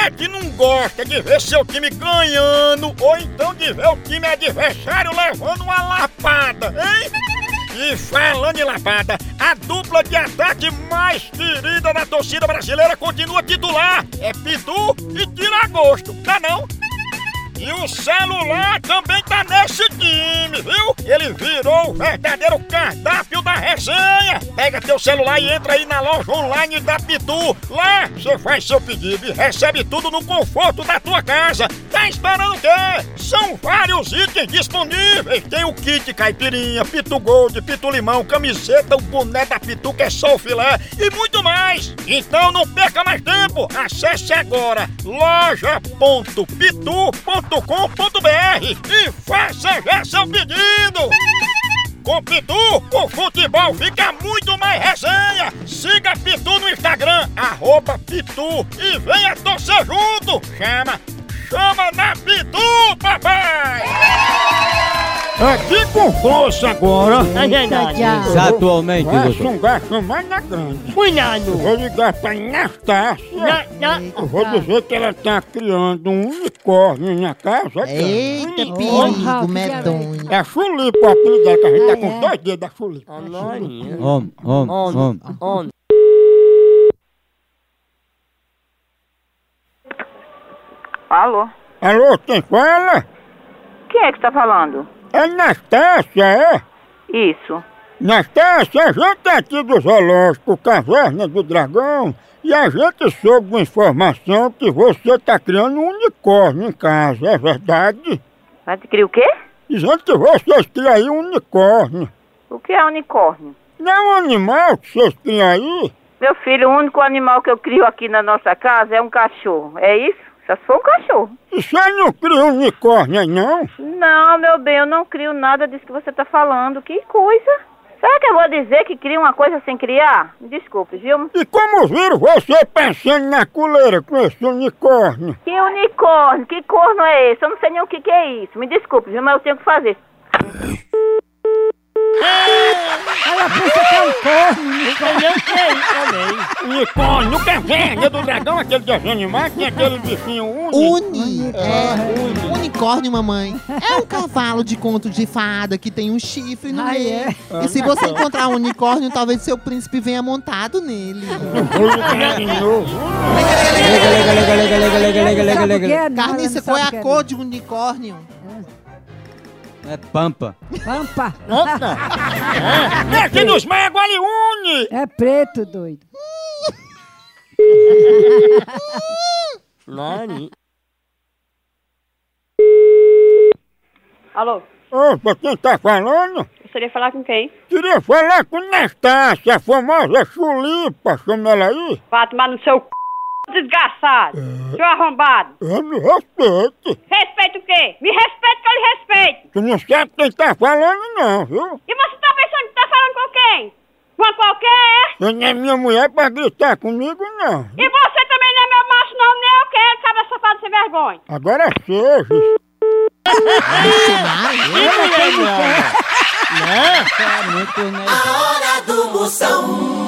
é que não gosta de ver seu time ganhando ou então de ver o time adversário levando uma lapada, hein? E falando em lapada, a dupla de ataque mais querida da torcida brasileira continua titular. É Pitu e Tiragosto, tá não? E o celular também tá nesse time, viu? Ele virou o verdadeiro cardápio da resenha. Pega teu celular e entra aí na loja online da Pitu. Lá você faz seu pedido e recebe tudo no conforto da tua casa. Tá esperando o quê? São vários itens disponíveis. Tem o kit caipirinha, Pitu Gold, Pitu Limão, camiseta, o boné da Pitu que é só o filé e muito mais. Então não perca mais tempo. Acesse agora loja.pitu.com.br e faça já seu pedido! Com Pitu, o futebol fica muito mais resenha! Siga Pitu no Instagram, @Pitu e venha torcer junto! Chama na Pitu, papai! Aqui com força agora! Atualmente, Vai um gasto mais na grande! Cuidado! Vou ligar pra Anastácia! Eu vou dizer que ela tá criando um unicórnio na casa. Eita, perigo, medonho. É a Chulipa, o apelido dela, que a gente tá com 2 dedos da Chulipa. Homem. Alô? Alô, quem fala? Quem é que tá falando? É Anastácia, é? Isso. Anastácia, a gente é aqui do zoológico Caverna do Dragão e a gente soube uma informação que você tá criando um unicórnio em casa, é verdade? Vai te criar o quê? Dizendo que vocês criam aí um unicórnio. O que é unicórnio? Não é um animal que vocês criam aí? Meu filho, o único animal que eu crio aqui na nossa casa é um cachorro. É isso? Só se for um cachorro. E você não cria um unicórnio aí não? Não, meu bem, eu não crio nada disso que você tá falando. Que coisa? Será que eu vou dizer que cria uma coisa sem criar? Me desculpe, viu? E como viram você pensando na coleira com esse unicórnio? Que unicórnio? Que corno é esse? Eu não sei nem o que é isso. Me desculpe, viu? Mas eu tenho que fazer. Ela pensa que é um corno, não sei nem o que é isso também. Unicórnio, no Caverna do Dragão, aquele desenho animado, tem aquele bichinho Unicórnio, mamãe. É um cavalo de conto de fada que tem um chifre no meio. E se você encontrar um unicórnio, talvez seu príncipe venha montado nele. Carniça, qual é a cor de um unicórnio? É pampa. Pampa. Aqui nos magos, ali une! É preto, doido. Alô? Opa, quem tá falando? Gostaria de falar com quem? Queria falar com Anastácia, a famosa Chulipa, chama ela aí. Vai tomar no seu c... desgraçado. Seu arrombado. Me respeite. Respeita o quê? Me respeita que eu lhe respeito. Tu não sabe quem tá falando não, viu? E você tá pensando que tá falando com quem? Com qualquer? Você não é minha mulher pra gritar comigo não. E você também não é meu macho não, nem eu quero, cabra safado sem vergonha. Agora seja. Né? A hora do Moção.